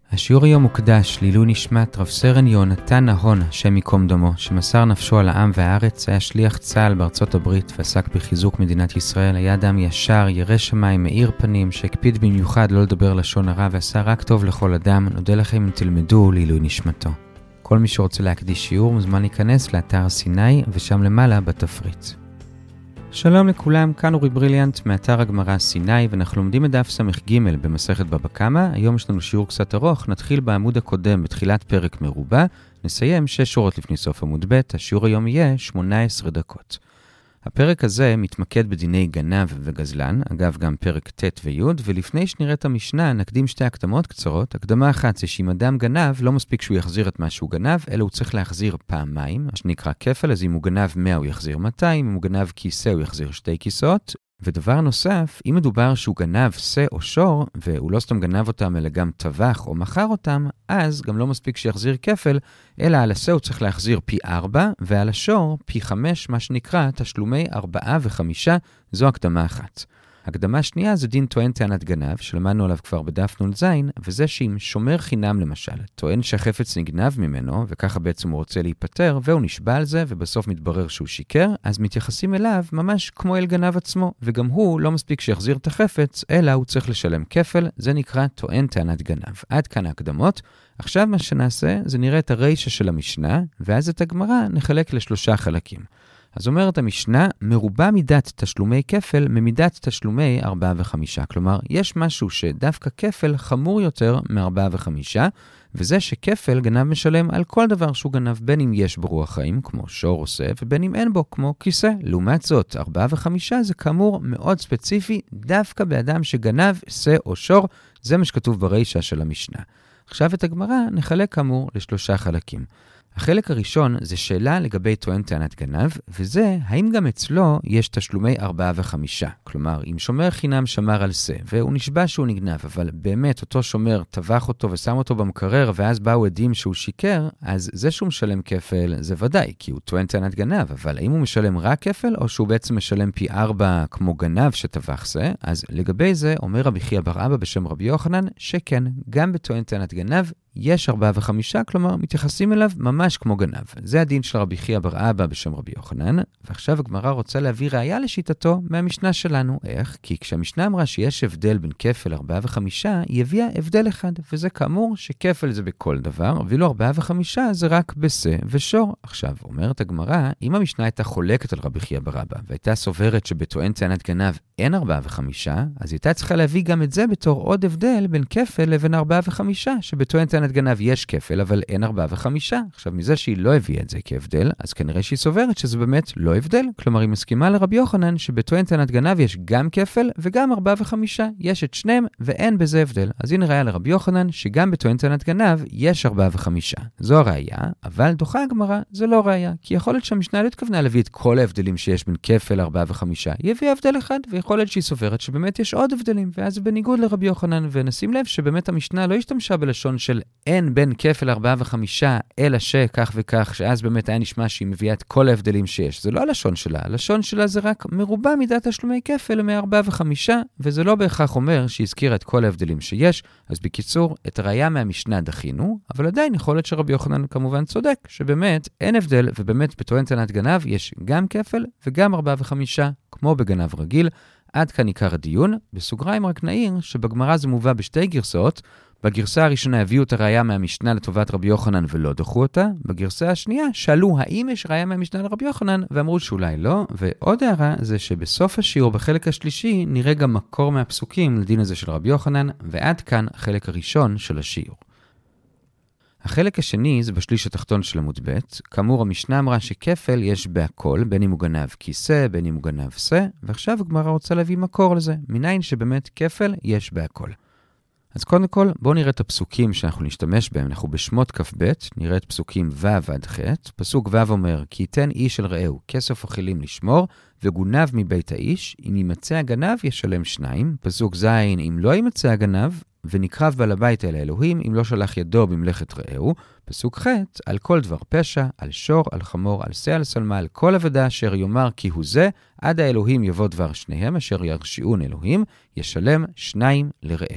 השיעור היום מוקדש לעילוי נשמת רב סרן יהונתן נהון, השם ייקום דמו, שמסר נפשו על העם והארץ, היה שליח צה"ל בארצות הברית ועסק בחיזוק מדינת ישראל. היה אדם ישר, ירא שמיים, מאיר פנים, שהקפיד במיוחד לא לדבר לשון הרע ועשה רק טוב לכל אדם. נודה לכם אם תלמדו לעילוי נשמתו. כל מי שרוצה להקדיש שיעור מוזמן להיכנס לאתר סיני ושם למעלה בתפריט. שלום לכולם, כאן אורי בריליאנט מאתר הגמרא סיני, ואנחנו לומדים את דף ס"ג במסכת בבא קמא. היום יש לנו שיעור קצת ארוך, נתחיל בעמוד הקודם בתחילת פרק מרובע, נסיים 6 שורות לפני סוף עמוד ב'. השיעור היום יהיה 18 דקות. הפרק הזה מתמקד בדיני גנב וגזלן, אגב גם פרק ט' וי', ולפני שנראה את המשנה נקדים 2 הקדמות קצרות. הקדמה אחת זה שאם אדם גנב, לא מספיק שהוא יחזיר את מה שהוא גנב, אלא הוא צריך להחזיר פעמיים, מה שנקרא כפל. אז אם הוא גנב 100 הוא יחזיר 200, אם הוא גנב כיסא הוא יחזיר 2 כיסאות. ודבר נוסף, אם מדובר שהוא גנב שא או שור, והוא לא סתם גנב אותם אלא גם טבח או מכר אותם, אז גם לא מספיק שיחזיר כפל, אלא על השא הוא צריך להחזיר פי 4, ועל השור פי 5, מה שנקרא תשלומי 4 ו5, זו הקדמה אחת. הקדמה שנייה זה דין טוען טענת גנב, שלמדנו עליו כבר בדף נ"ז, וזה שאם שומר חינם למשל, טוען שהחפץ נגנב ממנו, וככה בעצם הוא רוצה להיפטר, והוא נשבע על זה, ובסוף מתברר שהוא שיקר, אז מתייחסים אליו ממש כמו אל גנב עצמו, וגם הוא לא מספיק שיחזיר את החפץ, אלא הוא צריך לשלם כפל, זה נקרא טוען טענת גנב. עד כאן ההקדמות. עכשיו מה שנעשה זה נראה את הרישה של המשנה, ואז את הגמרא נחלק ל3 חלקים. אז אומרת המשנה, מרובה מידת תשלומי כפל ממידת תשלומי 4 ו5. כלומר, יש משהו שדווקא כפל חמור יותר מ4 ו5, וזה שכפל גנב משלם על כל דבר שהוא גנב, בין אם יש בו רוח חיים, כמו שור או שא, ובין אם אין בו, כמו כיסא. לעומת זאת, 4 ו5 זה כאמור מאוד ספציפי, דווקא באדם שגנב שא או שור, זה מה שכתוב ברישה של המשנה. עכשיו את הגמרא נחלק כאמור ל3 חלקים. החלק הראשון זה שאלה לגבי טוען טענת גנב, וזה האם גם אצלו יש תשלומי 4 ו5. כלומר, אם שומר חינם שמר על שא, והוא נשבע שהוא נגנב, אבל באמת אותו שומר טבח אותו ושם אותו במקרר, ואז באו עדים שהוא שיקר, אז זה שהוא משלם כפל זה ודאי, כי הוא טוען טענת גנב, אבל האם הוא משלם רק כפל, או שהוא בעצם משלם פי 4 כמו גנב שטבח שא? אז לגבי זה אומר רבי חייא בר אבא בשם רבי יוחנן, שכן, גם בטוען טענת גנב, יש 4 ו5, כלומר מתייחסים אליו ממש כמו גנב. זה הדין של רבי חייא בר אבא בשם רבי יוחנן, ועכשיו הגמרא רוצה להביא ראיה לשיטתו מהמשנה שלנו. איך? כי כשהמשנה אמרה שיש הבדל בין כפל 4 ו5, היא הביאה הבדל אחד, וזה כאמור שכפל זה בכל דבר, ואילו 4 ו5 זה רק בשא ושור. עכשיו, אומרת הגמרא, אם המשנה הייתה חולקת על רבי חייא בר אבא, והייתה סוברת שבטוען טענת גנב אין 4 ו5, אז היא הייתה צריכה להביא גם את זה בתור עוד הבדל בין כפל לבין 4 ו5, שבטוען טענת גנב יש כפל, אבל אין 4 ו5. עכשיו, מזה שהיא לא הביאה את זה כהבדל, אז כנראה שהיא סוברת שזה באמת לא הבדל. כלומר, היא מסכימה לרבי יוחנן שבטוען טענת גנב יש גם כפל וגם 4 ו5. יש את שניהם ואין בזה הבדל. אז הנה ראיה לרבי יוחנן שגם בטוען טענת גנב יש 4 ו5. זו הראיה, אבל דוחה הגמרא זה לא ראיה, כי יכול להיות שהמשנה לא התכוונה להביא את כל ההבדלים שיש בין כפל 4 ו5. היא הביאה הבדל אחד, ויכול להיות שהיא סוברת שבאמת יש עוד הבדלים, ואז זה בניגוד לרבי יוחנן. ונשים לב שבאמת המשנה לא השתמשה בלשון של אין בין כפל 4 ו5 אלא שכך וכך, שאז באמת היה נשמע שהיא מביאה את כל ההבדלים שיש. זה לא הלשון שלה, הלשון שלה זה רק מרובה מידת תשלומי כפל מ4 ו5, וזה לא בהכרח אומר שהיא הזכירה את כל ההבדלים שיש. אז בקיצור, את הראיה מהמשנה דחינו, אבל עדיין יכול להיות שרבי יוחנן כמובן צודק, שבאמת אין הבדל, ובאמת בטוען טענת גנב יש גם כפל וגם 4 ו5, כמו בגנב רגיל. עד כאן עיקר הדיון. בסוגריים רק נעיר שבגמרא זה מובא בשתי גרסאות. בגרסה הראשונה הביאו את הראיה מהמשנה לטובת רבי יוחנן ולא דחו אותה. בגרסה השנייה שאלו האם יש ראיה מהמשנה לרבי יוחנן ואמרו שאולי לא. ועוד הערה זה שבסוף השיעור בחלק השלישי נראה גם מקור מהפסוקים לדין הזה של רבי יוחנן, ועד כאן החלק הראשון של השיעור. החלק השני זה בשליש התחתון של עמוד ב'. כאמור, המשנה אמרה שכפל יש בהכל, בין אם הוא גנב כיסא, בין אם הוא גנב שא, ועכשיו הגמרא רוצה להביא מקור לזה, מניין שבאמת כפל יש בהכל. אז קודם כל, בואו נראה את הפסוקים שאנחנו נשתמש בהם. אנחנו בשמות כ"ב, נראה את פסוקים ו' עד ח'. פסוק ו' אומר, כי ייתן איש אל רעהו כסף אוכלים לשמור, וגונב מבית האיש, אם יימצא הגנב ישלם 2. פסוק ז', אם לא יימצא הגנב, ונקרב בעל הבית אל האלוהים, אם לא שלח ידו במלאכת רעהו. פסוק ח', על כל דבר פשע, על שור, על חמור, על שא, על שלמה, על כל עבודה אשר יאמר כי הוא זה, עד האלוהים יבוא דבר שניהם, אשר ירשיעון אלוהים, ישלם 2 לרעהו.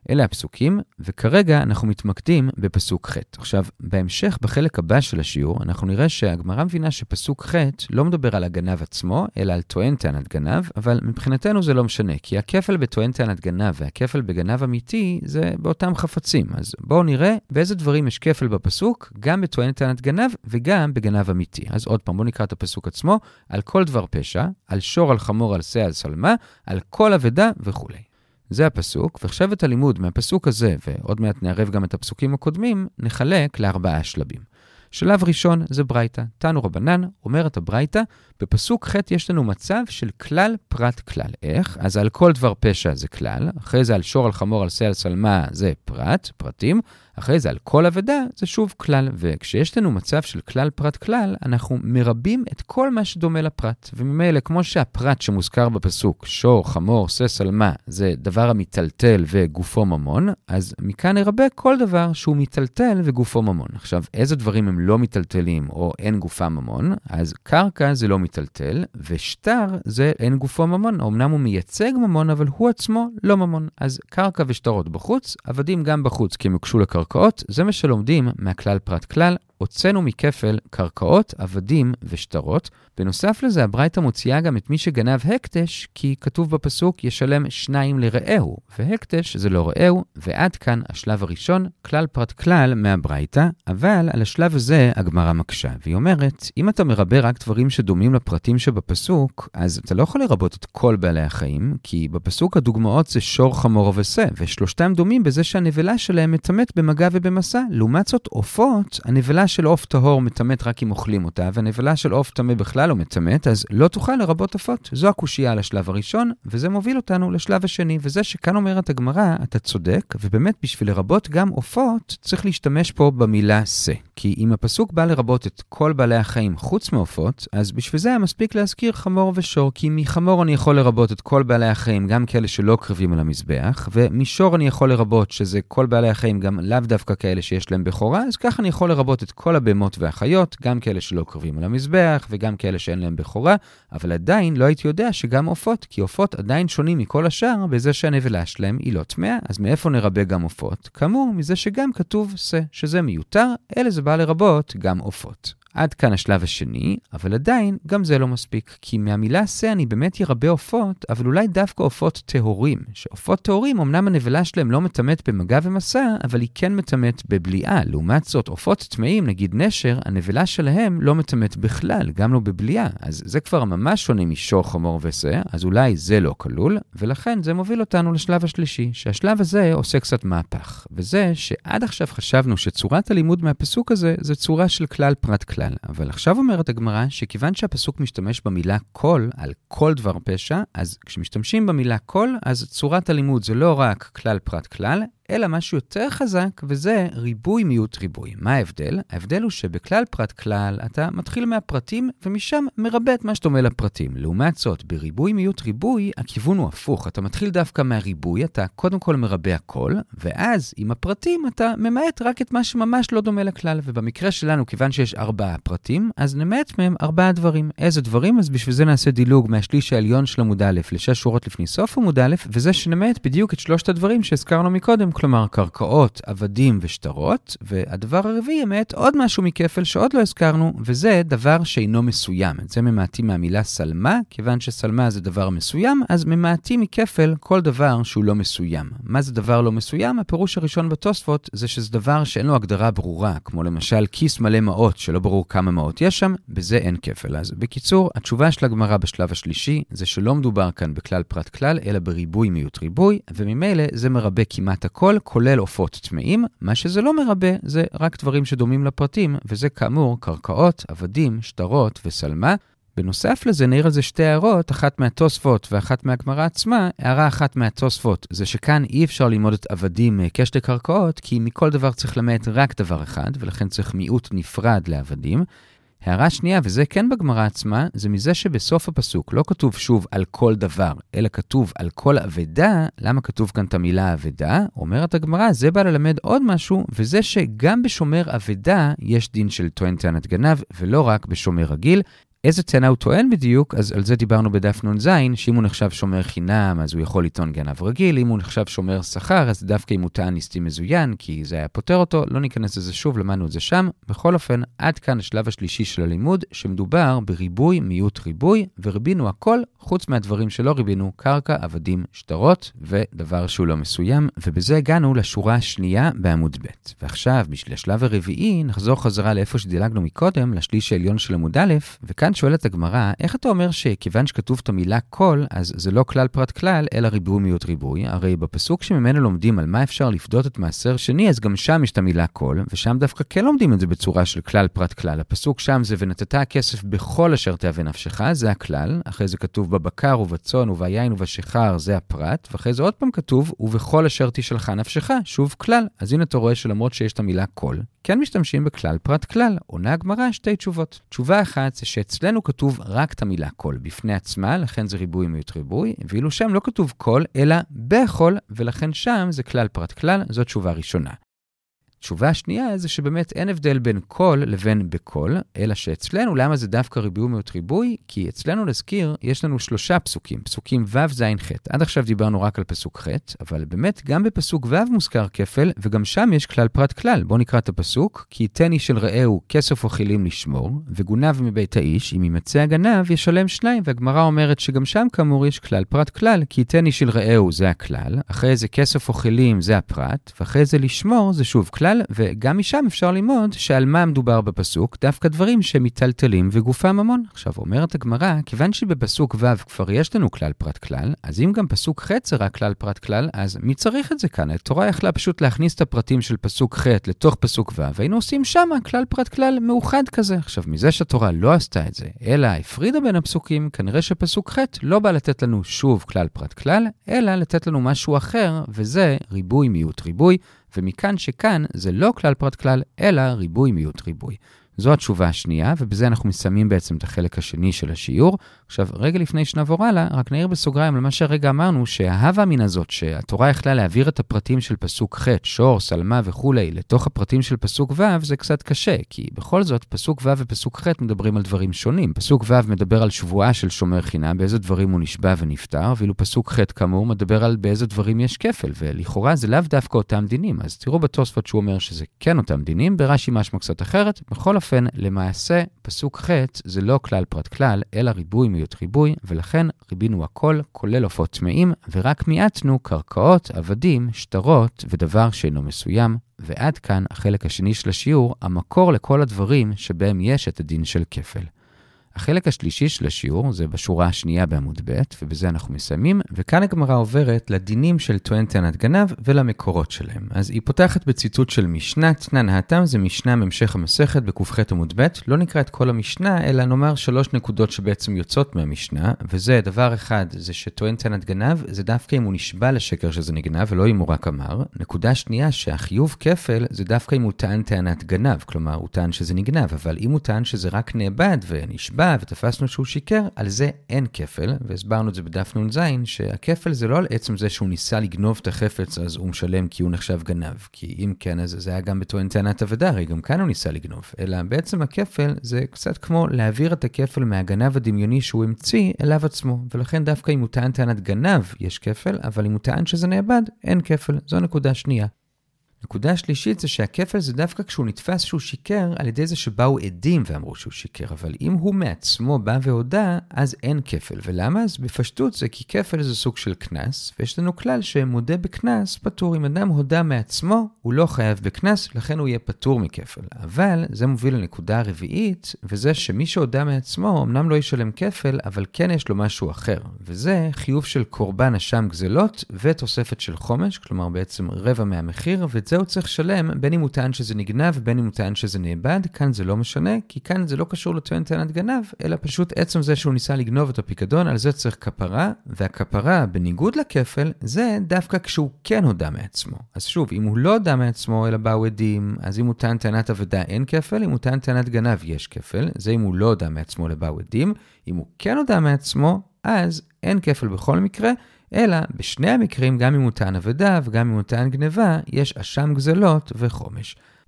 אלה הפסוקים, וכרגע אנחנו מתמקדים בפסוק ח'. עכשיו, בהמשך, בחלק הבא של השיעור, אנחנו נראה שהגמרא מבינה שפסוק ח' לא מדבר על הגנב עצמו, אלא על טוען טענת גנב, אבל מבחינתנו זה לא משנה, כי הכפל בטוען טענת גנב והכפל בגנב אמיתי זה באותם חפצים. אז בואו נראה באיזה דברים יש כפל בפסוק, גם בטוען טענת גנב וגם בגנב אמיתי. אז עוד פעם, בואו נקרא את הפסוק עצמו, על כל דבר פשע, על שור, על חמור, על שא, על שלמה, על כל אבדה וכו'. זה הפסוק, ועכשיו את הלימוד מהפסוק הזה, ועוד מעט נערב גם את הפסוקים הקודמים, נחלק ל4 שלבים. שלב ראשון זה ברייתא. תנו רבנן, אומרת הברייתא, בפסוק ח' יש לנו מצב של כלל פרט כלל. איך? אז על כל דבר פשע זה כלל, אחרי זה על שור, על חמור, על שא, על שלמה זה פרט, פרטים, אחרי זה על כל אבדה זה שוב כלל, וכשיש לנו מצב של כלל פרט כלל, אנחנו מרבים את כל מה שדומה לפרט, וממילא כמו שהפרט שמוזכר בפסוק, שור, חמור, שא, שלמה, זה דבר המטלטל וגופו ממון, אז מכאן נרבה כל דבר שהוא מטלטל וגופו ממון. עכשיו, איזה דברים הם לא מטלטלים או אין גופם ממון? אז קרקע זה לא מטלטל, ושטר זה אין גופו ממון. אמנם הוא מייצג ממון, אבל הוא עצמו לא ממון. אז קרקע ושטרות בחוץ, עבדים גם בחוץ, כי הם יוקשו לקרקעות, זה מה שלומדים מהכלל פרט כלל, הוצאנו מכפל קרקעות, עבדים ושטרות. בנוסף לזה, הברייתא מוציאה גם את מי שגנב הקדש, כי כתוב בפסוק ישלם 2 לרעהו, והקדש זה לא רעהו, ועד כאן השלב הראשון, כלל פרט כלל מהברייתא, אבל על השלב הזה הגמרא מקשה, והיא אומרת, אם אתה מרבה רק דברים שדומים לפרטים שבפסוק, אז אתה לא יכול לרבות את כל בעלי החיים, כי בפסוק הדוגמאות זה שור, חמור ושא, ושלושתם דומים בזה שהנבלה שלהם מטמאת במגע ובמסע. לעומת זאת, עופות, הנבלה של עוף טהור מטמאת רק אם אוכלים אותה, והנבלה של עוף טמא בכלל לא מטמאת, אז לא תוכל לרבות עופות. זו הקושיה על השלב הראשון, וזה מוביל אותנו לשלב השני, וזה שכאן אומרת הגמרא, אתה צודק, ובאמת בשביל לרבות גם עופות, צריך להשתמש פה במילה שא. כי אם הפסוק בא לרבות את כל בעלי החיים חוץ מעופות, אז בשביל זה היה מספיק להזכיר חמור ושור, כי מחמור אני יכול לרבות את כל בעלי החיים, גם כאלה שלא קרבים על המזבח, ומשור אני יכול לרבות שזה כל בעלי החיים, גם לאו דווקא כאלה שיש להם בכורה, אז ככה אני יכול לרבות את כל הבהמות והחיות, גם כאלה שלא קרבים על המזבח, וגם כאלה שאין להם בכורה, אבל עדיין לא הייתי יודע שגם עופות, כי עופות עדיין שונים מכל השאר, בזה שהנבלה שלהם היא לא טמאה, אז מאיפה נרבה גם עופות? כאמור, מזה שגם כתוב שא, שזה מיותר, אלא זה בא לרבות גם עופות. עד כאן השלב השני, אבל עדיין גם זה לא מספיק, כי מהמילה שא אני באמת ירבה עופות, אבל אולי דווקא עופות טהורים, שעופות טהורים אמנם הנבלה שלהם לא מטמאת במגע ומסע, אבל היא כן מטמאת בבליעה. לעומת זאת, עופות טמאים, נגיד נשר, הנבלה שלהם לא מטמאת בכלל, גם לא בבליעה, אז זה כבר ממש שונה משור, חמור ושא, אז אולי זה לא כלול, ולכן זה מוביל אותנו לשלב השלישי, שהשלב הזה עושה קצת מהפך, וזה שעד עכשיו חשבנו שצורת הלימוד מהפסוק הזה זה צורה של כלל פרט כלל. אבל עכשיו אומרת הגמרא שכיוון שהפסוק משתמש במילה כל על כל דבר פשע, אז כשמשתמשים במילה כל, אז צורת הלימוד זה לא רק כלל פרט כלל, אלא משהו יותר חזק, וזה ריבוי מיעוט ריבוי. מה ההבדל? ההבדל הוא שבכלל פרט כלל, אתה מתחיל מהפרטים, ומשם מרבה את מה שדומה לפרטים. לעומת זאת, בריבוי מיעוט ריבוי, הכיוון הוא הפוך. אתה מתחיל דווקא מהריבוי, אתה קודם כל מרבה הכל, ואז עם הפרטים אתה ממעט רק את מה שממש לא דומה לכלל. ובמקרה שלנו, כיוון שיש 4 פרטים, אז נמעט מהם 4 דברים. איזה דברים? אז בשביל זה נעשה דילוג מהשליש העליון של עמוד א' ל6 שורות לפני סוף עמוד א', וזה שנמעט בדיוק את 3 הדברים שהזכרנו מקודם, כלומר קרקעות, עבדים ושטרות, והדבר הרביעי ימעט עוד משהו מכפל שעוד לא הזכרנו, וזה דבר שאינו מסוים. את זה ממעטים מהמילה סלמה, כיוון שסלמה זה דבר מסוים, אז ממעטים מכפל כל דבר שהוא לא מסוים. מה זה דבר לא מסוים? הפירוש הראשון בתוספות זה שזה דבר שאין לו הגדרה ברורה, כמו למשל כיס מלא מעות, שלא ברור כמה מעות יש שם, בזה אין כפל. אז בקיצור, התשובה של הגמרא בשלב השלישי זה שלא מדובר כאן בכלל פרט כלל, אלא בריבוי מיעוט ריבוי, וממילא זה מרבה כמעט הכל, כולל עופות טמאים. מה שזה לא מרבה זה רק דברים שדומים לפרטים, וזה כאמור קרקעות, עבדים, שטרות וסלמה. בנוסף לזה נעיר על זה 2 הערות, אחת מהתוספות ואחת מהגמרא עצמה. הערה אחת מהתוספות זה שכאן אי אפשר ללמוד את עבדים כשתי קרקעות, כי מכל דבר צריך למעט רק דבר אחד, ולכן צריך מיעוט נפרד לעבדים. הערה שנייה, וזה כן בגמרא עצמה, זה מזה שבסוף הפסוק לא כתוב שוב על כל דבר, אלא כתוב על כל עבדה. למה כתוב כאן את המילה עבדה? אומרת הגמרא, זה בא ללמד עוד משהו, וזה שגם בשומר עבדה יש דין של טוען טענת גנב, ולא רק בשומר רגיל. איזה טענה הוא טוען בדיוק? אז על זה דיברנו בדף נ"ז, שאם הוא נחשב שומר חינם, אז הוא יכול לטעון גנב רגיל, אם הוא נחשב שומר שכר, אז דווקא אם הוא טען ליסטי מזוין, כי זה היה פותר אותו, לא ניכנס לזה שוב, למדנו את זה שם. בכל אופן, עד כאן השלב השלישי של הלימוד, שמדובר בריבוי, מיעוט ריבוי, וריבינו הכל, חוץ מהדברים שלא ריבינו, קרקע, עבדים, שטרות, ודבר שהוא לא מסוים, ובזה הגענו לשורה השנייה בעמוד ב'. ועכשיו, בשביל השלב הרביעי, נחזור חזרה לאיפה שדילגנו מקודם, לשליש העליון של עמוד א', וכאן שואלת הגמרא, איך אתה אומר שכיוון שכתוב את המילה כל, אז זה לא כלל פרט כלל, אלא ריבוי מיעוט ריבוי? הרי בפסוק שממנו לומדים על מה אפשר לפדות את מעשר שני, אז גם שם יש את המילה כל, ושם דווקא כן לומדים את זה בצורה של כלל פרט כלל. הפסוק שם זה ונתת הכסף בכל אשר תאווה נפשך, זה הכלל. אחרי זה כתוב בבקר ובצאן וביין ובשיכר, זה הפרט. ואחרי זה עוד פעם כתוב ובכל אשר תשלך נפשך, שוב כלל. אז הנה אתה רואה שלמרות שיש את המילה כל, כן משתמשים בכלל פרט כלל. עונה הגמרא שתי תשובות. תשובה אחת זה שאצלנו כתוב רק את המילה כל בפני עצמה, לכן זה ריבוי מיעוט ריבוי, ואילו שם לא כתוב כל, אלא בכל, ולכן שם זה כלל פרט כלל, זאת תשובה ראשונה. תשובה השנייה זה שבאמת אין הבדל בין כל לבין בכל, אלא שאצלנו, למה זה דווקא ריבוי מיעוט ריבוי? כי אצלנו נזכיר, יש לנו 3 פסוקים, פסוקים ו' ז' ח'. עד עכשיו דיברנו רק על פסוק ח', אבל באמת גם בפסוק ו' מוזכר כפל, וגם שם יש כלל פרט כלל. בואו נקרא את הפסוק, כי ייתן איש אל רעהו כסף וכלים לשמור, וגונב מבית האיש, אם ימצא הגנב ישלם 2, והגמרא אומרת שגם שם כאמור יש כלל פרט כלל, כי ייתן איש אל רעהו זה הכלל, אחרי זה כסף וכלים זה הפרט, ואחרי זה לשמור זה שוב כלל, וגם משם אפשר ללמוד שעל מה מדובר בפסוק, דווקא דברים שמטלטלים וגופם ממון. עכשיו אומרת הגמרא, כיוון שבפסוק ו' כבר יש לנו כלל פרט כלל, אז אם גם פסוק ח' זה רק כלל פרט כלל, אז מי צריך את זה כאן? התורה יכלה פשוט להכניס את הפרטים של פסוק ח' לתוך פסוק ו', והיינו עושים שם כלל פרט כלל מאוחד כזה. עכשיו מזה שהתורה לא עשתה את זה, אלא הפרידה בין הפסוקים, כנראה שפסוק ח' לא בא לתת לנו שוב כלל פרט כלל, אלא לתת לנו משהו אחר, וזה ריבוי מיעוט ריבוי, ומכאן שכאן זה לא כלל פרט כלל, אלא ריבוי מיעוט ריבוי. זו התשובה השנייה, ובזה אנחנו מסיימים בעצם את החלק השני של השיעור. עכשיו, רגע לפני שנעבור הלאה, רק נעיר בסוגריים על מה שהרגע אמרנו, שההווה מן הזאת, שהתורה יכלה להעביר את הפרטים של פסוק ח', שור, סלמה וכו' לתוך הפרטים של פסוק ו', זה קצת קשה, כי בכל זאת, פסוק ו' ופסוק ח' מדברים על דברים שונים. פסוק ו' מדבר על שבועה של שומר חינם, באיזה דברים הוא נשבע ונפטר, ואילו פסוק ח' כאמור מדבר על באיזה דברים יש כפל, ולכאורה זה לאו דווקא אותם דינים. אז תראו בתוספות שהוא אומר שזה כן אותם דינים, ברש"י משמע קצת אחרת. בכל אופן, למעשה, פסוק ח' זה לא כלל פרט כלל, אלא ריבוי מיעוט ריבוי, ולכן ריבינו הכל, כולל עופות טמאים, ורק מיעטנו קרקעות, עבדים, שטרות ודבר שאינו מסוים. ועד כאן החלק השני של השיעור, המקור לכל הדברים שבהם יש את הדין של כפל. החלק השלישי של השיעור זה בשורה השנייה בעמוד ב', ובזה אנחנו מסיימים, וכאן הגמרא עוברת לדינים של טוען טענת גנב ולמקורות שלהם. אז היא פותחת בציטוט של משנה, תנן האטם, זה משנה ממשך המסכת בק"ח עמוד ב', לא נקרא את כל המשנה, אלא נאמר 3 נקודות שבעצם יוצאות מהמשנה, וזה דבר אחד, זה שטוען טענת גנב, זה דווקא אם הוא נשבע לשקר שזה נגנב, ולא אם הוא רק אמר. נקודה שנייה, שהחיוב כפל, זה דווקא אם הוא טען טענת גנב, כלומר הוא טען שזה נגנב, אבל אם הוא טען שזה רק נאבד ונשבע ותפסנו שהוא שיקר, על זה אין כפל, והסברנו את זה בדף נ"ז, שהכפל זה לא על עצם זה שהוא ניסה לגנוב את החפץ, אז הוא משלם כי הוא נחשב גנב, כי אם כן, אז זה היה גם בטוען טענת אבדה, הרי גם כאן הוא ניסה לגנוב, אלא בעצם הכפל זה קצת כמו להעביר את הכפל מהגנב הדמיוני שהוא המציא אליו עצמו, ולכן דווקא אם הוא טען טענת גנב יש כפל, אבל אם הוא טען שזה נאבד, אין כפל. זו נקודה שנייה. נקודה שלישית זה שהכפל זה דווקא כשהוא נתפס שהוא שיקר על ידי זה שבאו עדים ואמרו שהוא שיקר, אבל אם הוא מעצמו בא והודע, אז אין כפל. ולמה? אז בפשטות זה כי כפל זה סוג של כנס, ויש לנו כלל שמודה בכנס פטור. אם אדם הודע מעצמו, הוא לא חייב בכנס, לכן הוא יהיה פטור מכפל. אבל זה מוביל לנקודה הרביעית, וזה שמי שהודע מעצמו אמנם לא ישלם כפל, אבל כן יש לו משהו אחר, וזה חיוב של קורבן אשם גזלות ותוספת של חומש, כלומר בעצם רבע מהמחיר, זה הוא צריך שלם, בין אם הוא טען שזה נגנב, בין אם הוא טען שזה נאבד. כאן זה לא משנה, כי כאן זה לא קשור לטוען טענת גנב, אלא פשוט עצם זה שהוא ניסה לגנוב את הפיקדון, על זה צריך כפרה, והכפרה, בניגוד לכפל, זה דווקא כשהוא כן הודע מעצמו. אז שוב, אם הוא לא הודע מעצמו, אלא באו עדים, אז אם הוא טען טענת אבדה אין כפל, אם הוא טען טענת גנב יש כפל, זה אם הוא לא הודע מעצמו, אלא באו עדים. אם הוא כן הודע מעצמו, אז אין כפל בכל מקרה, אלא בשני המקרים, גם אם הוא טען אבדה וגם אם הוא טען גנבה, יש אשם גזלות וחומש.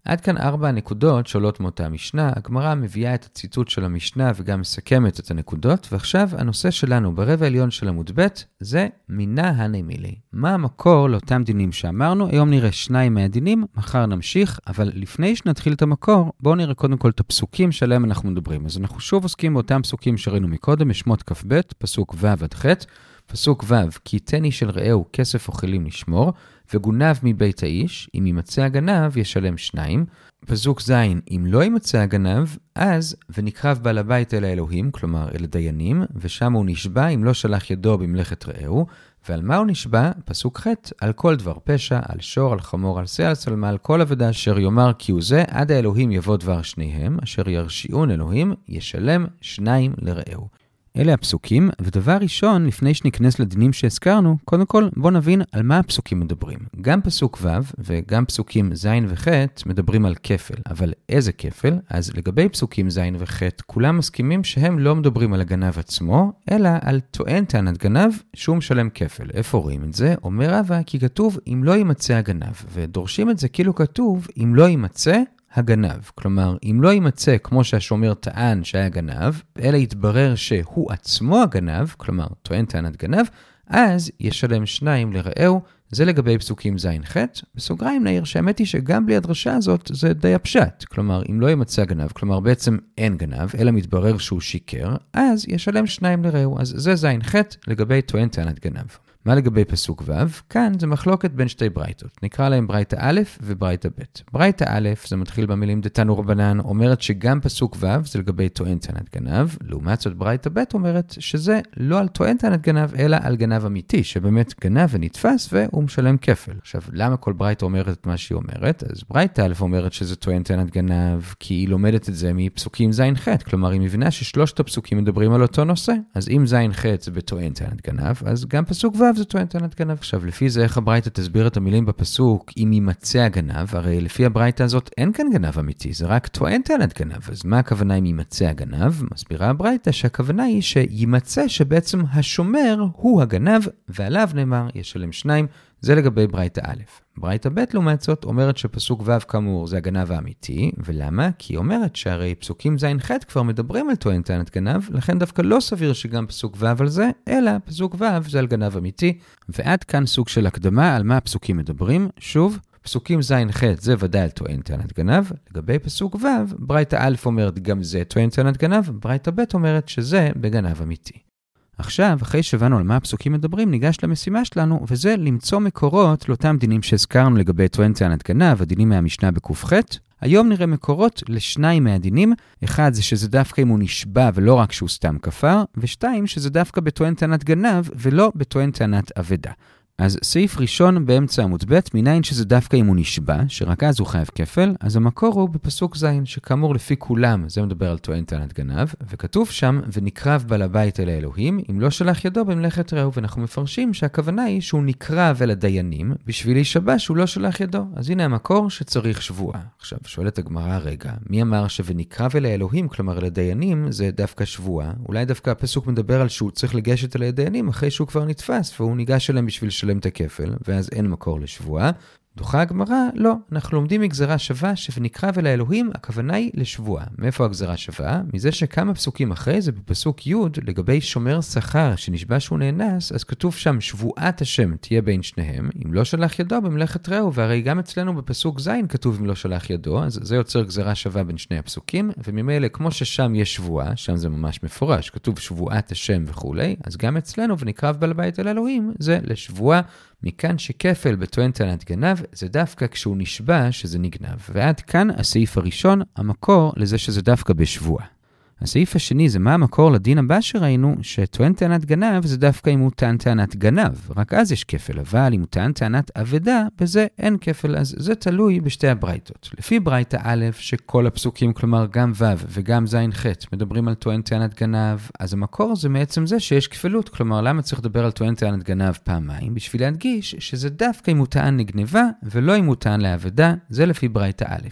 עד כאן 4 הנקודות שעולות מאותה משנה. הגמרא מביאה את הציטוט של המשנה וגם מסכמת את הנקודות, ועכשיו הנושא שלנו ברבע העליון של עמוד ב' זה מינה הנמילי. מה המקור לאותם דינים שאמרנו? היום נראה 2 מהדינים, מחר נמשיך, אבל לפני שנתחיל את המקור, בואו נראה קודם כל את הפסוקים שעליהם אנחנו מדברים. אז אנחנו שוב עוסקים באותם פסוקים שראינו מקודם, בשמות כ"ב, פסוק ו' עד ח'. פסוק ו', כי תני של רעהו כסף אוכלים לשמור, וגונב מבית האיש, אם ימצא הגנב ישלם 2. פסוק ז', אם לא ימצא הגנב, אז ונקרב בעל הבית אל האלוהים, כלומר אל הדיינים, ושם הוא נשבע אם לא שלח ידו במלאכת רעהו. ועל מה הוא נשבע? פסוק ח', על כל דבר פשע, על שור, על חמור, על שא, על שלמה, על כל עבודה אשר יאמר כי הוא זה, עד האלוהים יבוא דבר שניהם, אשר ירשיעון אלוהים, ישלם 2 לרעהו. אלה הפסוקים, ודבר ראשון, לפני שניכנס לדינים שהזכרנו, קודם כל בוא נבין על מה הפסוקים מדברים. גם פסוק ו' וגם פסוקים ז' וח' מדברים על כפל, אבל איזה כפל? אז לגבי פסוקים ז' וח' כולם מסכימים שהם לא מדברים על הגנב עצמו, אלא על טוען טענת גנב שהוא משלם כפל. איפה רואים את זה? אומר רבא כי כתוב אם לא יימצא הגנב, ודורשים את זה כאילו כתוב אם לא יימצא הגנב. כלומר, אם לא יימצא כמו שהשומר טען שהיה גנב, אלא יתברר שהוא עצמו הגנב, כלומר, טוען טענת גנב, אז ישלם 2 לרעהו. זה לגבי פסוקים ז' ח'. בסוגריים נעיר שהאמת היא שגם בלי הדרשה הזאת זה די הפשט. כלומר, אם לא יימצא גנב, כלומר בעצם אין גנב, אלא מתברר שהוא שיקר, אז ישלם 2 לרעהו. אז זה ז' ח' לגבי טוען טענת גנב. מה לגבי פסוק ו'? כאן זה מחלוקת בין 2 ברייתות. נקרא להם ברייתא א' וברייתא ב'. ברייתא א', זה מתחיל במילים דתנו רבנן, אומרת שגם פסוק ו' זה לגבי טוען טענת גנב, לעומת זאת ברייתא ב' אומרת שזה לא על טוען טענת גנב, אלא על גנב אמיתי, שבאמת גנב ונתפס והוא משלם כפל. עכשיו, למה כל ברייתא אומרת את מה שהיא אומרת? אז ברייתא א' אומרת שזה טוען טענת גנב, כי היא לומדת את זה מפסוקים ז' ח', כלומר היא מבינה ששלושת הפסוקים מדברים על אותו נושא. אז אם ז' ח' זה בטוען טענת גנב, אז גם פסוק ו' זה טוען טענת גנב. עכשיו, לפי זה איך הברייתא תסביר את המילים בפסוק אם יימצא הגנב? הרי לפי הברייתא הזאת אין כאן גנב אמיתי, זה רק טוען טענת גנב. אז מה הכוונה אם יימצא הגנב? מסבירה הברייתא שהכוונה היא שימצא שבעצם השומר הוא הגנב, ועליו נאמר ישלם 2. זה לגבי ברייתא א'. ברייתא ב' לעומת זאת אומרת שפסוק ו' כאמור זה הגנב האמיתי, ולמה? כי היא אומרת שהרי פסוקים ז' ח' כבר מדברים על טוען טענת גנב, לכן דווקא לא סביר שגם פסוק ו' על זה, אלא פסוק ו' זה על גנב אמיתי. ועד כאן סוג של הקדמה על מה הפסוקים מדברים. שוב, פסוקים ז' ח' זה ודאי על טוען טענת גנב. לגבי פסוק ו', ברייתא א' אומרת גם זה טוען טענת גנב, ברייתא ב' אומרת שזה בגנב אמיתי. עכשיו, אחרי שהבנו על מה הפסוקים מדברים, ניגש למשימה שלנו, וזה למצוא מקורות לאותם דינים שהזכרנו לגבי טוען טענת גנב, הדינים מהמשנה בק"ח. היום נראה מקורות ל2 מהדינים. אחד זה שזה דווקא אם הוא נשבע ולא רק שהוא סתם כפר, ו2 שזה דווקא בטוען טענת גנב ולא בטוען טענת אבדה. אז סעיף ראשון באמצע עמוד ב', מניין שזה דווקא אם הוא נשבע, שרק אז הוא חייב כפל, אז המקור הוא בפסוק ז', שכאמור לפי כולם, זה מדבר על טוען טענת גנב, וכתוב שם, ונקרב בעל הבית אל האלוהים, אם לא שלח ידו במלאכת רעהו, ואנחנו מפרשים שהכוונה היא שהוא נקרב אל הדיינים, בשביל להישבע שהוא לא שלח ידו. אז הנה המקור שצריך שבועה. עכשיו, שואלת הגמרא רגע, מי אמר ונקרב אל האלוהים, כלומר אל הדיינים, זה דווקא שבועה? אולי דווקא הפסוק מדבר על שהוא צריך לגשת אל הדיינים אחרי שהוא כבר נתפס, והוא ניגש אליהם בשביל לשלם את הכפל, ואז אין מקור לשבועה. דוחה הגמרא, לא. אנחנו לומדים מגזרה שווה שנקרב אל האלוהים, הכוונה היא לשבועה. מאיפה הגזרה שווה? מזה שכמה פסוקים אחרי זה, בפסוק י' לגבי שומר שכר שנשבע שהוא נאנס, אז כתוב שם שבועת השם תהיה בין שניהם, אם לא שלח ידו במלאכת רעהו, והרי גם אצלנו בפסוק ז' כתוב אם לא שלח ידו, אז זה יוצר גזרה שווה בין שני הפסוקים, וממילא כמו ששם יש שבועה, שם זה ממש מפורש, כתוב שבועת השם וכו', אז גם אצלנו ונקרב בעל הבית אל האלוהים, זה לשבועה. מכאן שכפל בטוען טענת גנב זה דווקא כשהוא נשבע שזה נגנב. ועד כאן הסעיף הראשון, המקור לזה שזה דווקא בשבועה. הסעיף השני זה מה המקור לדין הבא שראינו, שטוען טענת גנב זה דווקא אם הוא טען טענת גנב, רק אז יש כפל, אבל אם הוא טען טענת אבדה, בזה אין כפל, אז זה תלוי בשתי הברייתות. לפי ברייתא א', שכל הפסוקים, כלומר גם ו' וגם ז' ח' מדברים על טוען טענת גנב, אז המקור זה מעצם זה שיש כפלות, כלומר למה צריך לדבר על טוען טענת גנב פעמיים? בשביל להדגיש שזה דווקא אם הוא טען לגניבה, ולא אם הוא טען לאבדה, זה לפי ברייתא א'.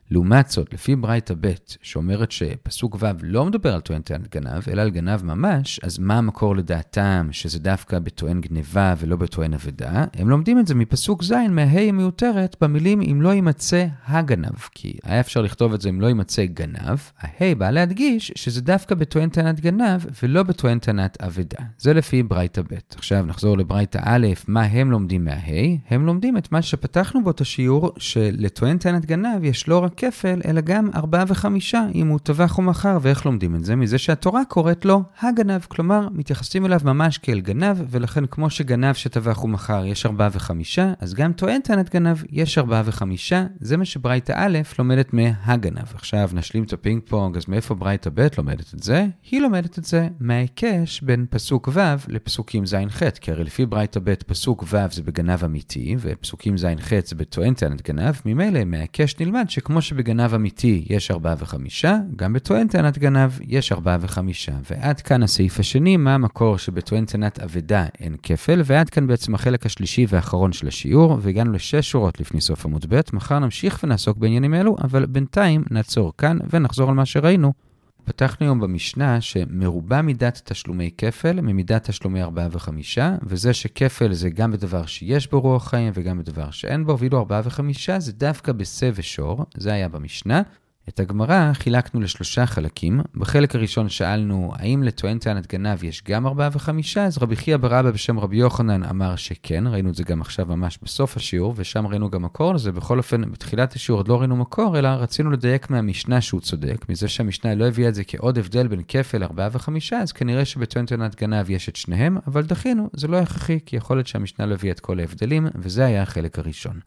לעומת זאת, לפי ברייתא ב' שאומרת שפסוק ו' לא מדבר על טוען טענת גנב, אלא על גנב ממש, אז מה המקור לדעתם שזה דווקא בטוען גניבה ולא בטוען אבדה? הם לומדים את זה מפסוק ז' מההי מיותרת במילים אם לא יימצא הגנב, כי היה אפשר לכתוב את זה אם לא יימצא גנב, ההי בא להדגיש שזה דווקא בטוען טענת גנב ולא בטוען טענת אבדה. זה לפי ברייתא ב'. עכשיו נחזור לברייתא א', מה הם לומדים מההי? הם לומדים את מה שפתחנו בו את השיעור, שלטוען טענת גנב יש לא רק כפל, אלא גם 4 ו5, אם הוא טבח או מכר. ואיך לומדים את זה? מזה שהתורה קוראת לו הגנב, כלומר מתייחסים אליו ממש כאל גנב, ולכן כמו שגנב שטבח ומכר יש 4 ו5, אז גם טוען טענת גנב יש 4 ו5, זה מה שברייתא א' לומדת מהגנב. עכשיו נשלים את הפינג פונג, אז מאיפה ברייתא ב' לומדת את זה? היא לומדת את זה מההיקש בין פסוק ו' לפסוקים ז'-ח', כי הרי לפי ברייתא ב' פסוק ו' זה בגנב אמיתי, ופסוקים ז'-ח' זה בטוען טענת גנב, ממילא מההיקש נלמד שכמו שבגנב אמיתי יש 4 ו5, גם בטוען טענת גנב יש 4 ו5. ועד כאן הסעיף השני, מה המקור שבטוען טענת אבדה אין כפל, ועד כאן בעצם החלק השלישי והאחרון של השיעור, והגענו ל6 שורות לפני סוף עמוד ב'. מחר נמשיך ונעסוק בעניינים אלו, אבל בינתיים נעצור כאן ונחזור על מה שראינו. פתחנו היום במשנה שמרובה מידת תשלומי כפל ממידת תשלומי 4 ו5, וזה שכפל זה גם בדבר שיש בו רוח חיים וגם בדבר שאין בו, ואילו 4 ו5 זה דווקא בסה ושור, זה היה במשנה. את הגמרא חילקנו ל3 חלקים. בחלק הראשון שאלנו האם לטוען טענת גנב יש גם 4 ו5, אז רבי חייא בר אבא בשם רבי יוחנן אמר שכן, ראינו את זה גם עכשיו ממש בסוף השיעור, ושם ראינו גם מקור לזה. בכל אופן בתחילת השיעור עוד לא ראינו מקור, אלא רצינו לדייק מהמשנה שהוא צודק, מזה שהמשנה לא הביאה את זה כעוד הבדל בין כפל 4 ו5, אז כנראה שבטוען טענת גנב יש את שניהם, אבל דחינו, זה לא הכרחי, כי יכול להיות שהמשנה לא הביאה את כל ההבדלים, וזה היה החלק הראשון.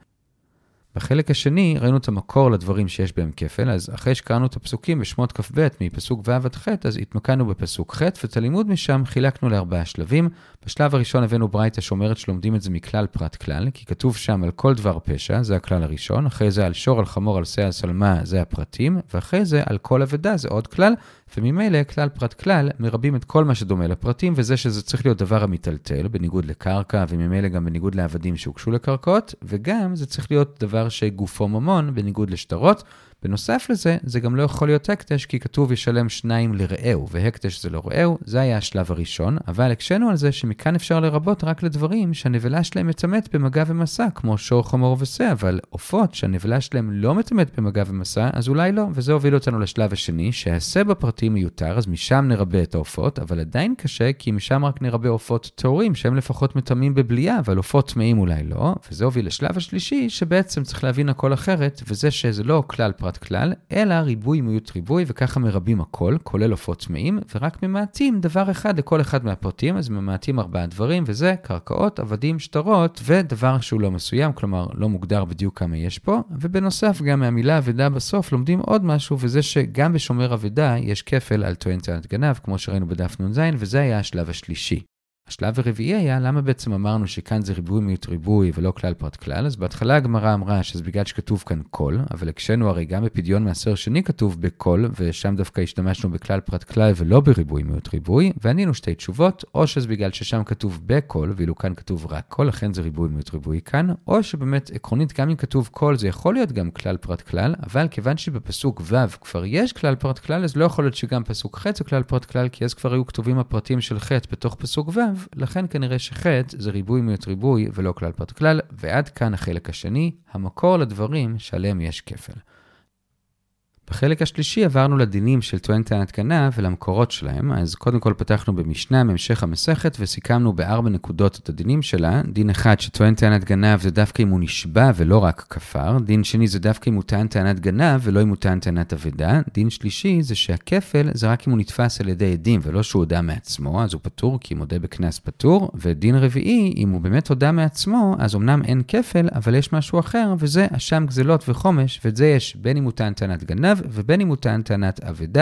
בחלק השני ראינו את המקור לדברים שיש בהם כפל, אז אחרי שקראנו את הפסוקים בשמות כ"ב מפסוק ו' עד ח', אז התמקדנו בפסוק ח', ואת הלימוד משם חילקנו ל4 שלבים. בשלב הראשון הבאנו ברייתא שאומרת שלומדים את זה מכלל פרט כלל, כי כתוב שם על כל דבר פשע, זה הכלל הראשון, אחרי זה על שור, על חמור, על שא, על שלמה, זה הפרטים, ואחרי זה על כל אבדה, זה עוד כלל, וממילא כלל פרט כלל מרבים את כל מה שדומה לפרטים, וזה שזה צריך להיות דבר המטלטל, בניגוד לקרקע, וממילא גם בניגוד לעבדים שהוקשו לקרקעות, וגם זה צריך להיות דבר שגופו ממון, בניגוד לשטרות. בנוסף לזה, זה גם לא יכול להיות הקטש, כי כתוב ישלם 2 לרעהו, והקטש זה לא רעהו, זה היה השלב הראשון, אבל הקשנו על זה שמכאן אפשר לרבות רק לדברים שהנבלה שלהם מטמאת במגע ומסע, כמו שור, חמור ושא, אבל עופות שהנבלה שלהם לא מטמאת במגע ומסע, אז אולי לא, וזה הוביל אותנו לשלב השני, שהעשה בפרטים מיותר, אז משם נרבה את העופות, אבל עדיין קשה, כי משם רק נרבה עופות טהורים, שהם לפחות מטמאים בבלייה, אבל עופות טמאים אולי לא, וזה הוביל לשלב השלישי, שבעצם צריך להבין הכל אחרת, וזה שזה לא כלל פרט כלל, אלא ריבוי מיעוט ריבוי, וככה מרבים הכל, כולל עופות טמאים, ורק ממעטים דבר אחד לכל אחד מהפרטים, אז ממעטים 4 דברים, וזה קרקעות, עבדים, שטרות, ודבר שהוא לא מסוים, כלומר לא מוגדר בדיוק כמה יש פה, ובנוסף גם מהמילה אבדה בסוף לומדים עוד משהו, וזה שגם בשומר אבדה יש כפל על טוען טענת גנב, כמו שראינו בדף נ"ז, וזה היה השלב השלישי. השלב הרביעי היה למה בעצם אמרנו שכאן זה ריבוי מיעוט ריבוי ולא כלל פרט כלל. אז בהתחלה הגמרא אמרה שזה בגלל שכתוב כאן כל, אבל הקשנו הרי גם בפדיון מעשר שני כתוב בכל, ושם דווקא השתמשנו בכלל פרט כלל ולא בריבוי מיעוט ריבוי, וענינו 2 תשובות, או שזה בגלל ששם כתוב בכל, ואילו כאן כתוב רק כל, לכן זה ריבוי מיעוט ריבוי כאן, או שבאמת עקרונית גם אם כתוב כל זה יכול להיות גם כלל פרט כלל, אבל כיוון שבפסוק ו' כבר יש כלל פרט כלל, אז לא יכול להיות שגם פסוק ח' זה כלל פרט כלל, כי אז כבר היו כתובים הפרטים של ח' בתוך פסוק ו', לכן כנראה שח' זה ריבוי מיעוט ריבוי ולא כלל פרט כלל, ועד כאן החלק השני, המקור לדברים שעליהם יש כפל. בחלק השלישי עברנו לדינים של טוען טענת גנב ולמקורות שלהם, אז קודם כל פתחנו במשנה מהמשך המסכת וסיכמנו ב4 נקודות את הדינים שלה. דין אחד שטוען טענת גנב זה דווקא אם הוא נשבע ולא רק כפר, דין שני זה דווקא אם הוא טען טענת גנב ולא אם הוא טען טענת אבדה, דין שלישי זה שהכפל זה רק אם הוא נתפס על ידי עדים ולא שהוא הודה מעצמו, אז הוא פטור כי אם הודה בקנס פטור, ודין רביעי אם הוא באמת הודה מעצמו אז אמנם אין כפל אבל יש משהו אחר, וזה אשם גזלות וחומש, ואת זה יש בין אם הוא טען טענת גנב ובין אם הוא טען טענת אבדה.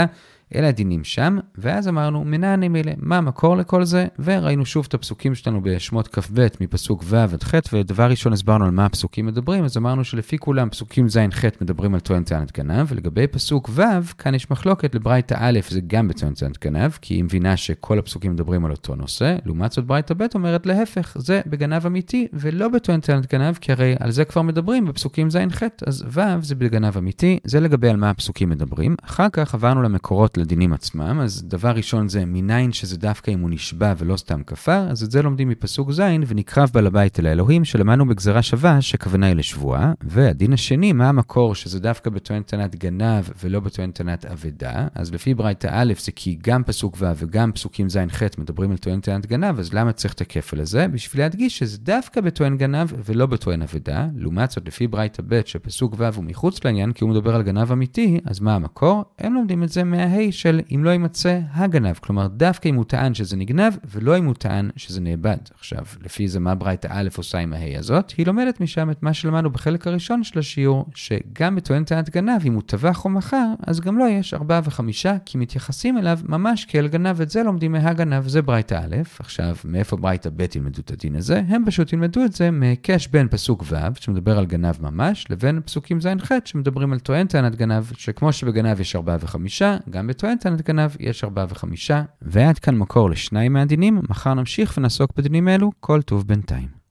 אלה הדינים שם, ואז אמרנו, מנעני מילה, מה המקור לכל זה? וראינו שוב את הפסוקים שלנו בשמות כ"ב, מפסוק ו' עד ח', ודבר ראשון הסברנו על מה הפסוקים מדברים, אז אמרנו שלפי כולם פסוקים ז' ח' מדברים על טוען טענת גנב, ולגבי פסוק ו', כאן יש מחלוקת, לברייתא א' זה גם בטוען טענת גנב, כי היא מבינה שכל הפסוקים מדברים על אותו נושא, לעומת זאת ברייתא ב' אומרת להפך, זה בגנב אמיתי ולא בטוען טענת גנב, כי הרי על זה כבר מדברים בפסוקים ז' ח', אז ו' זה בגנב אמיתי, זה לגבי על מה הפסוקים מדברים. אחר כך עברנו למקורות לדינים עצמם, אז דבר ראשון זה מניין שזה דווקא אם הוא נשבע ולא סתם כפר, אז את זה לומדים מפסוק ז' ונקרב בעל הבית אל האלוהים, שלמדנו בגזרה שווה שכוונה היא לשבועה, והדין השני, מה המקור שזה דווקא בטוען טענת גנב ולא בטוען טענת אבדה, אז לפי ברייתא א' זה כי גם פסוק ו' וגם פסוקים ז' ח' מדברים על טוען טענת גנב, אז למה צריך את הכפל הזה? בשביל להדגיש שזה דווקא בטוען גנב ולא בטוען אבדה, לעומת זאת לפי ברייתא ב' שפסוק ו' הוא מחוץ לעניין כי הוא מדבר על גנב אמיתי, אז מה המקור? הם לומדים את זה מההי של אם לא יימצא הגנב, כלומר דווקא אם הוא טען שזה נגנב ולא אם הוא טען שזה נאבד. עכשיו, לפי זה מה ברייתא א' עושה עם ההי הזאת? היא לומדת משם את מה שלמדנו בחלק הראשון של השיעור, שגם בטוען טענת גנב, אם הוא טבח או מכר, אז גם לא יש 4 ו5, כי מתייחסים אליו ממש כאל גנב, את זה לומדים מהגנב, זה ברייתא א'. עכשיו, מאיפה ברייתא ב' ילמדו את הדין הזה? הם פשוט ילמדו את זה מקש בין פסוק ו', שמדבר על גנב ממש, לבין פסוקים ז' ח', שמדברים על טוען טענת גנב, שכמו שבגנב יש 4 ו5, גם בטוען טענת גנב יש 4 ו5, ועד כאן מקור לשניים מהדינים. מחר נמשיך ונעסוק בדינים אלו. כל טוב בינתיים.